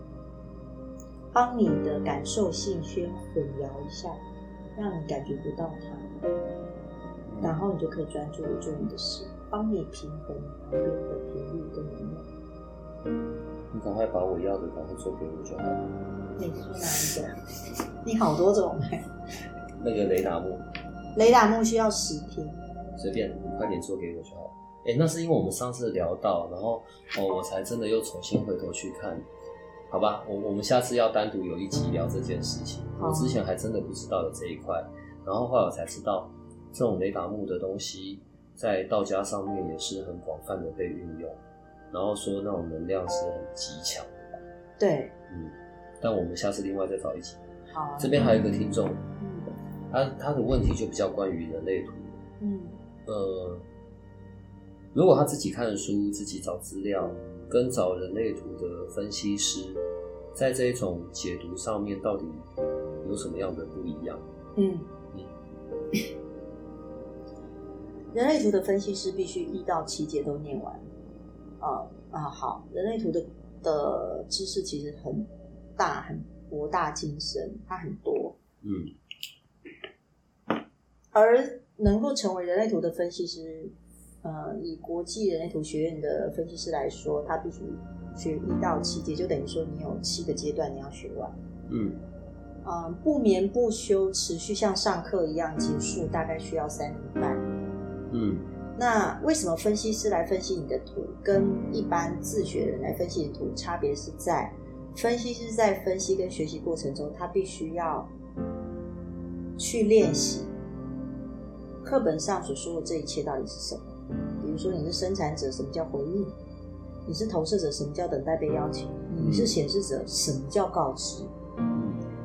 帮你的感受性先混淆一下，让你感觉不到它，然后你就可以专注地做你的事，帮你平衡旁边的频率跟能量。 你赶快把我要的赶快做给我就好了。 你说哪一个？你好多种哎。 那个雷达木， 雷达木需要十天， 随便你快点做给我就好了。哎，那是因为我们上次聊到，然后哦，我才真的又重新回头去看，好吧？我我们下次要单独有一集聊这件事情。我之前还真的不知道有这一块，然后后来我才知道，这种雷达木的东西在道家上面也是很广泛的被运用，然后说那种能量是很极强的。 对， 嗯，但我们下次另外再找一集。 好、啊。 这边还有一个听众， 嗯， 他他的问题就比较关于人类图， 嗯， 呃。如果他自己看书，自己找资料，跟找人类图的分析师，在这一种解读上面，到底有什么样的不一样？ 嗯嗯，人类图的分析师必须一到七节都念完。啊啊，好，人类图的的知识其实很大，很博大精深，它很多。 嗯， 而能够成为人类图的分析师。呃，以国际人类图学院的分析师来说，他必须学一到七节，就等于说你有七个阶段你要学完。 嗯， 呃，不眠不休，持续像上课一样结束，大概需要三年半。 嗯， 那为什么分析师来分析你的图，跟一般自学人来分析你的图差别是在，分析师在分析跟学习过程中，他必须要去练习课本上所说的这一切到底是什么。比如说你是生产者，什么叫回应？你是投射者，什么叫等待被邀请？你是显示者，什么叫告知？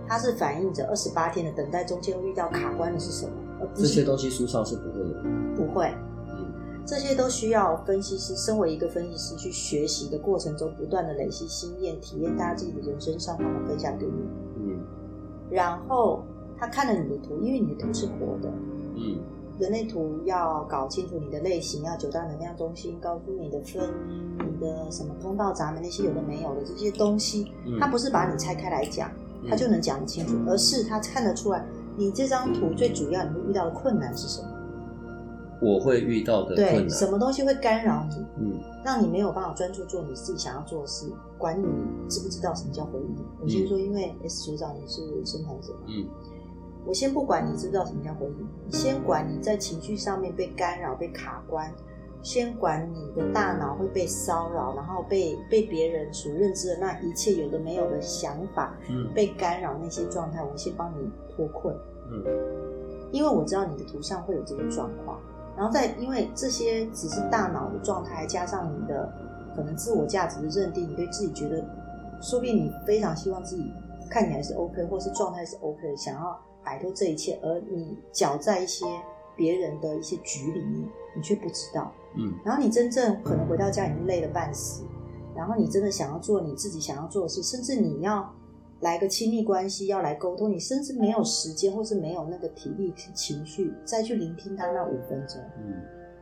它是反映着二十八天的等待中间会遇到卡关的是什么，而不是这些东西书上是不会有的。 不会， 嗯， 这些都需要分析师，身为一个分析师去学习的过程中，不断的累积经验、体验，大家自己的人生上，他们分享给你。 嗯， 然后他看了你的图，因为你的图是活的， 嗯， 人类图要搞清楚你的类型，要九大能量中心，告诉你的分，你的什么通道闸门那些有的没有的这些东西， 嗯他不是把你拆开来讲，他就能讲得清楚，而是他看得出来你这张图最主要你会遇到的困难是什么。 我会遇到的困对， 难， 什么东西会干扰你， 嗯， 让你没有办法专注做你自己想要做的事，管你知不知道什么叫回应。我先说，因为 S 所长你是生产者嘛， 嗯， 我先不管你知不知道什么叫回应，你先管你在情绪上面被干扰、被卡关，先管你的大脑会被骚扰，然后被被别人所认知的那一切有的没有的想法， 嗯， 被干扰那些状态，我先帮你脱困， 嗯， 因为我知道你的图上会有这些状况。然后再因为这些只是大脑的状态，加上你的可能自我价值的认定，你对自己觉得，说不定你非常希望自己看起来是 OK， 或是状态是 OK 的，想要摆脱这一切，而你搅在一些别人的一些局里面，你却不知道。 嗯， 然后你真正可能回到家已经累得半死，然后你真的想要做你自己想要做的事，甚至你要来个亲密关系，要来沟通，你甚至没有时间，或是没有那个体力情绪再去聆听他那五分钟。 嗯，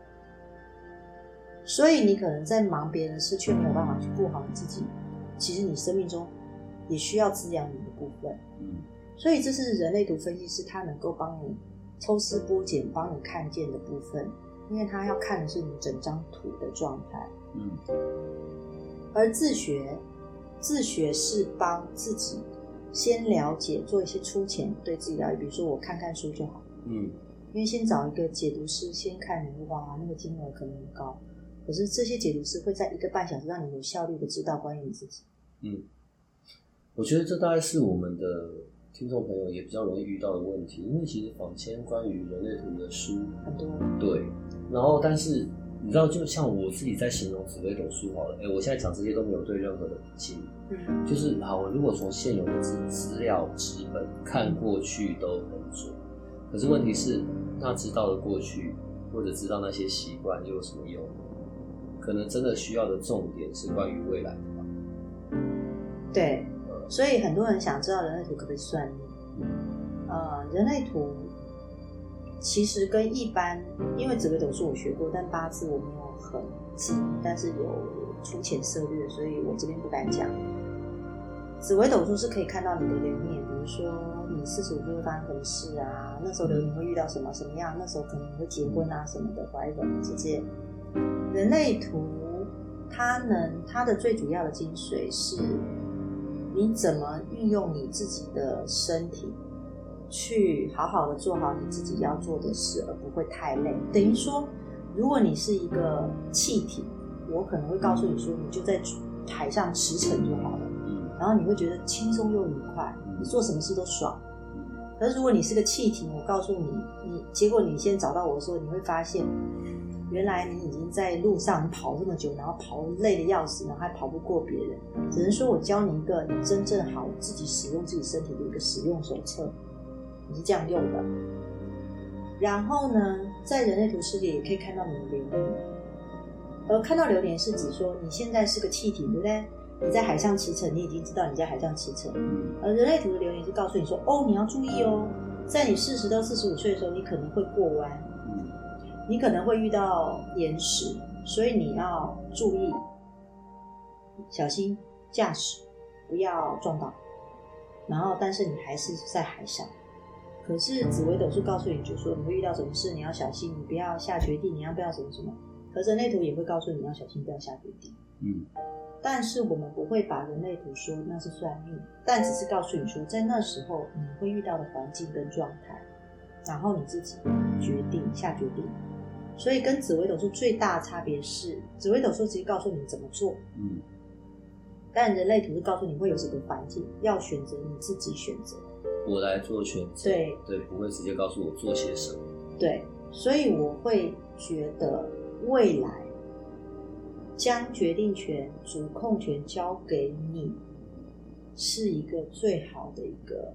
所以你可能在忙别人的事，却没有办法去顾好你自己。其实你生命中也需要滋养你的部分。 嗯， 所以这是人类图分析师他能够帮你抽丝剥茧，帮你看见的部分，因为他要看的是你整张图的状态。 嗯， 而自学，自学是帮自己先了解，做一些粗浅对自己了解，比如说我看看书就好。 嗯， 因为先找一个解读师先看，你哇，那个金额可能很高，可是这些解读师会在一个半小时让你有效率的知道关于你自己。 嗯，我觉得这大概是我们的听众朋友也比较容易遇到的问题，因为其实坊间关于人类图的书很多， 对，然后但是你知道，就像我自己在形容紫微斗数好了，哎，我现在讲这些都没有对任何的笔记， 嗯， 就是好，如果从现有的资资料纸本看过去都很准，可是问题是，那知道了过去或者知道那些习惯又有什么用？可能真的需要的重点是关于未来的吧。 对，所以很多人想知道人类图可不可以算命。 嗯， 呃，人类图其实跟一般，因为紫微斗数我学过，但八字我没有很精，但是有粗浅涉略，所以我这边不敢讲。紫微斗数是可以看到你的流年，比如说你四十五岁会发生什么事啊，那时候流年会遇到什么什么样，那时候可能你会结婚啊什么的 whatever 这些。人类图它能它的最主要的精髓是你怎么运用你自己的身体去好好的做好你自己要做的事，而不会太累。等于说如果你是一个气体，我可能会告诉你说你就在海上驰骋就好了，然后你会觉得轻松又愉快，你做什么事都爽。可是如果你是个气体，我告诉你你结果你先找到我的时候，你会发现原来你已经在路上跑这么久，然后跑累得要死，然后还跑不过别人。只能说我教你一个你真正好自己使用自己身体的一个使用手册，你是这样用的。然后呢，在人类图师里也可以看到你的流年，而看到流年是指说你现在是个气体，对不对？你在海上驰骋，你已经知道你在海上驰骋。而人类图的流年是告诉你说，哦，你要注意哦，在你四十到四十五岁的时候，你可能会过弯，你可能会遇到岩石，所以你要注意，小心驾驶，不要撞到。然后，但是你还是在海上。可是紫微斗数告诉你，就说你会遇到什么事，你要小心，你不要下决定，你要不要什么什么。可是人类图也会告诉你，你要小心，不要下决定。 嗯。 但是我们不会把人类图说那是算命，但只是告诉你说，在那时候你会遇到的环境跟状态，然后你自己决定下决定。所以跟紫微斗数最大的差别是，紫微斗数直接告诉你怎么做， 嗯， 但人类图是告诉你会有什么环境，要选择你自己选择。 我来做选择， 对对，不会直接告诉我做些什么。 对，所以我会觉得未来将决定权、主控权交给你，是一个最好的一个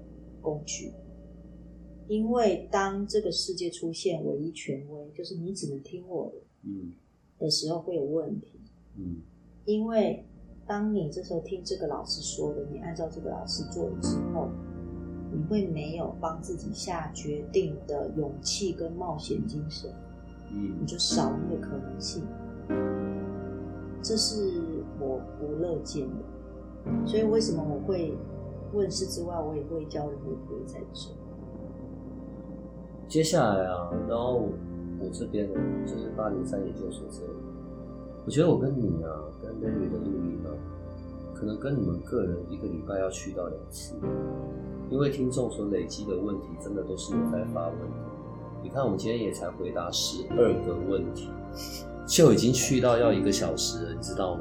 工具。因为当这个世界出现唯一权威，就是你只能听我的，嗯，的时候会有问题，嗯，因为当你这时候听这个老师说的，你按照这个老师做了之后，你会没有帮自己下决定的勇气跟冒险精神，嗯，你就少了那个可能性，这是我不乐见的。所以为什么我会问世之外，我也会教人类图在这。 接下来啊，然后我这边就是八零三研究所这里，我觉得我跟你啊，跟 Larry 的录音啊，可能跟你们个人一个礼拜要去到两次，因为听众所累积的问题真的都是有在发问的。你看我们今天也才回答十二个问题，就已经去到要一个小时了，你知道吗？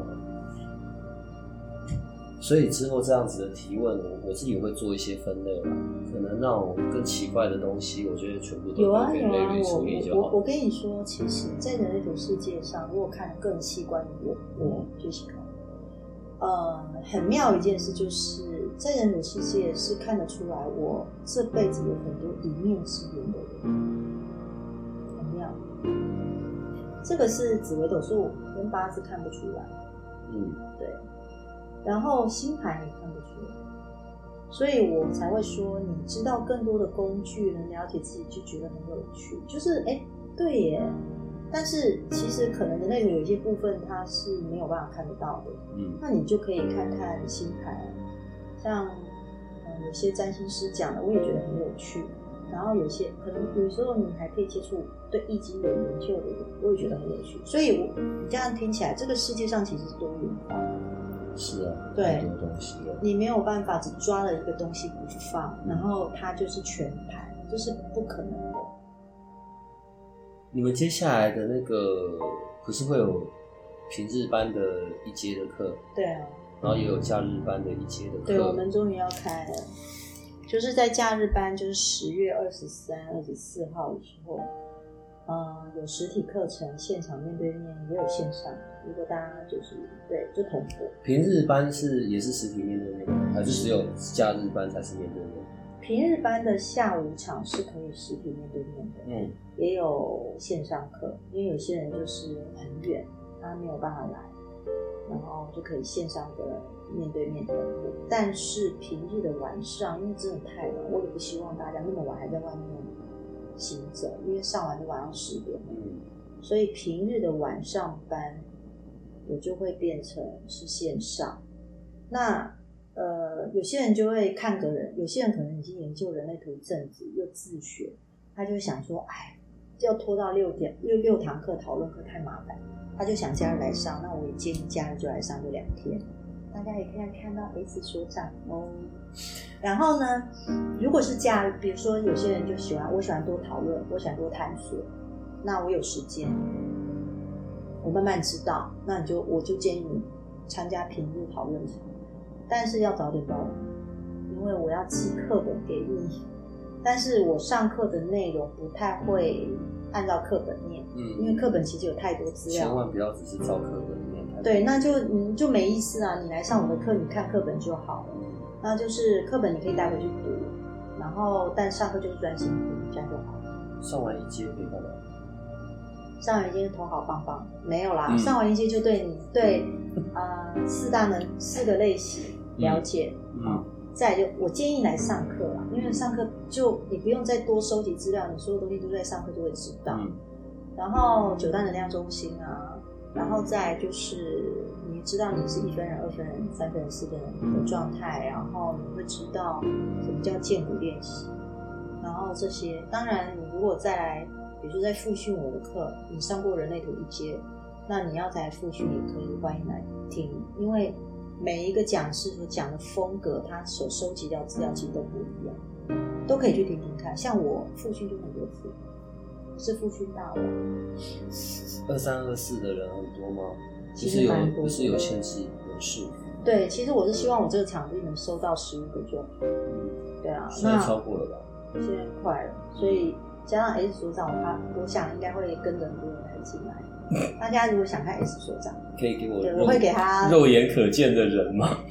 所以之后这样子的提问，我我自己会做一些分类啦，可能那种更奇怪的东西，我觉得全部都给 Larry 处理就好。 有啊有啊，我我跟你说，其实，在人类图世界上，如果看得更细关于我我 Jessica， 呃，很妙一件事就是，在人类图世界是看得出来，我这辈子有很多一面之缘的人，很妙。这个是紫微斗数跟八字看不出来，嗯，对。然后星盘也看不出来，所以我才会说，你知道更多的工具，能了解自己，就觉得很有趣。就是哎，对耶，但是其实可能人类有一些部分它是没有办法看得到的，嗯，那你就可以看看星盘，像、呃、有些占星师讲的，我也觉得很有趣。然后有些可能有时候你还可以接触对易经有研究的人，我也觉得很有趣。所以我你这样听起来，这个世界上其实是多元化的。 是啊， 对， 很多东西了， 你没有办法只抓了一个东西不放，然后它就是全盘，这是不可能的。 你们接下来的那个不是会有平日班的一阶的课？对啊，然后也有假日班的一阶的课。 对，我们终于要开了，就是在假日班，就是十月二十三、二十四号的时候。嗯，有实体课程，现场面对面，也有线上。如果大家就是对，就同步。 平日班是也是实体面对面，还是只有假日班才是面对面？ 平日班的下午场是可以实体面对面的，嗯，也有线上课，因为有些人就是很远，他没有办法来，然后就可以线上的面对面同步。但是平日的晚上，因为真的太晚，我也不希望大家那么晚还在外面行走，因为上完就晚上十点，嗯，所以平日的晚上班我就会变成是线上。那呃，有些人就会看个人，有些人可能已经研究人类图一阵子，又自学，他就想说，哎，要拖到六点六六堂课讨论课太麻烦，他就想假日来上。那我也建议假日就来上，就两天，大家也可以看到 S 所长哦。然后呢，如果是假日，比如说有些人就喜欢，我喜欢多讨论，我喜欢多探索，那我有时间，我慢慢知道，那你就我就建议你参加平日讨论场，但是要早点报名，因为我要寄课本给你，但是我上课的内容不太会按照课本念，嗯，因为课本其实有太多资料， 千万不要只是照课本念， 对，那就你就没意思啊！你来上我的课，你看课本就好了。那就是课本你可以带回去读，然后但上课就是专心读，这样就好了。 上完一阶可以干嘛？ 上完一阶头好棒棒，没有啦。嗯、上完一阶就对你对啊、呃、四大能四个类型了解啊、嗯嗯。再来就我建议来上课啦，因为上课就你不用再多收集资料，你所有东西都在上课就会知道。嗯、然后九大能量中心啊，然后再来就是你知道你是一分人、二分人、三分人、四分人的状态，然后你会知道什么叫剑骨练习，然后这些。当然，你如果再来，比如说在复训我的课，你上过人类图一阶，那你要再来复训也可以，欢迎来听，因为每一个讲师所讲的风格，他所收集到资料其实都不一样，都可以去听听看。像我复训就很多次，我是复训大王。 二三二四的人很多吗？其实有，不是有限制人数。 对，其实我是希望我这个场地能收到十五个就好。嗯，对啊， 现在超过了吧？ 现在快了，所以加上 S 所长，他我想应该会跟着很多人来进来。大家如果想看 S 所长， 可以给我， 对，我会给他肉眼可见的人吗？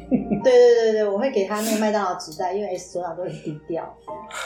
对对对对，我会给他那个麦当劳纸袋，因为 S 所长都很低调。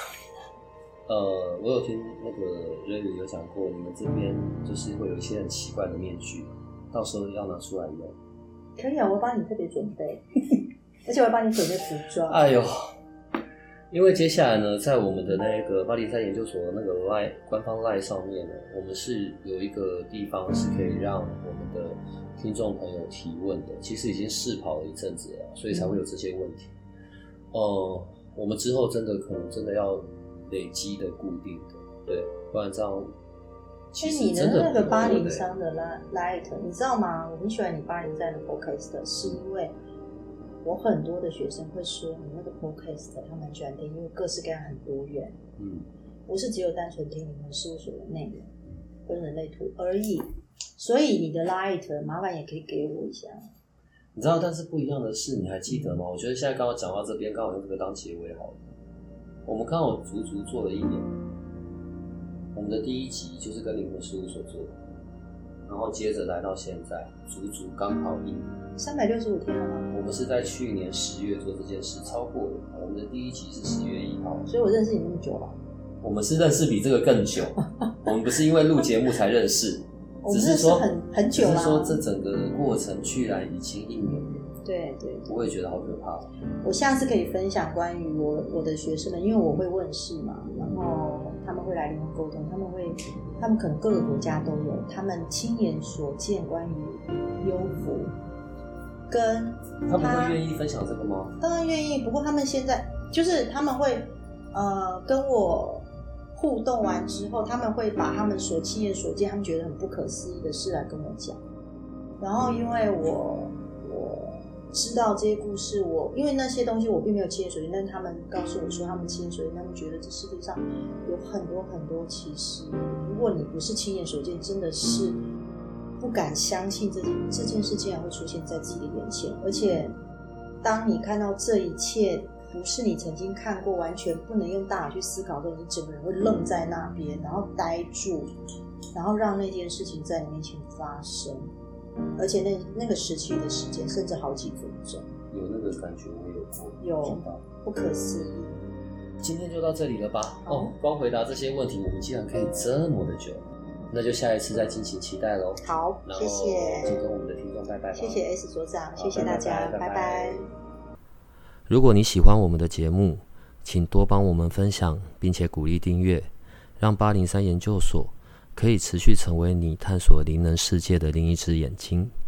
呃，我有听那个瑞宇有讲过，你们这边就是会有一些很奇怪的面具，到时候要拿出来用。 可以啊，我会帮你特别准备，而且我会帮你准备服装。 哎呦，因为接下来呢，在我们的那个巴黎赛研究所的那个 Line 官方 Line 上面呢，我们是有一个地方是可以让我们的听众朋友提问的。其实已经试跑了一阵子了，所以才会有这些问题。嗯、呃，我们之后真的可能真的要累积的固定的，对，不然这样其实真的你的那个八零三的 Light， 你知道吗？我很喜欢你八零三的 Podcast， 是因为我很多的学生会说你那个 Podcast 他蛮喜欢听，因为各式各样很多元。嗯，不是只有单纯听你们事务所的内容跟人类图而已。所以你的 Light 麻烦也可以给我一下。 你知道，但是不一样的是，你还记得吗？我觉得现在刚好讲到这边，刚好用这个当结尾好了。我们刚好足足做了一年，我们的第一集就是跟灵魂事务所做的，然后接着来到现在，足足刚好一年， 三百六十五天了吗？ 我们是在去年十月做这件事，超过了。我们的第一集是十月一号， 所以我认识你那么久了。 我们是认识比这个更久，我们不是因为录节目才认识，只是说很很久了， 只是说这整个过程居然已经一年了。 对对， 我也觉得好可怕。 我下次可以分享关于我我的学生们，因为我会问事嘛，然后他们会来灵魂沟通，他们会，他们可能各个国家都有，他们亲眼所见关于幽浮，跟他们会愿意分享这个吗？ 当然愿意，不过他们现在就是他们会呃跟我互动完之后，他们会把他们所亲眼所见，他们觉得很不可思议的事来跟我讲，然后因为我我。知道这些故事，我因为那些东西我并没有亲眼所见，但是他们告诉我说他们亲眼所见，他们觉得这世界上有很多很多，其实如果你不是亲眼所见，真的是不敢相信这件这件事竟然会出现在自己的眼前，而且当你看到这一切不是你曾经看过，完全不能用大脑去思考的，你整个人会愣在那边，然后呆住，然后让那件事情在你面前发生。而且那那个时期的时间甚至好几分钟， 有那个感觉，我有过， 有不可思议。 今天就到这里了吧？哦，光回答这些问题，我们竟然可以这么的久，那就下一次再敬请期待喽。 好，谢谢， 就跟我们的听众拜拜吧。 谢谢 S 所长，谢谢大家，拜拜。拜拜。 如果你喜欢我们的节目，请多帮我们分享，并且鼓励订阅，让八零三研究所可以持续成为你探索灵能世界的另一只眼睛。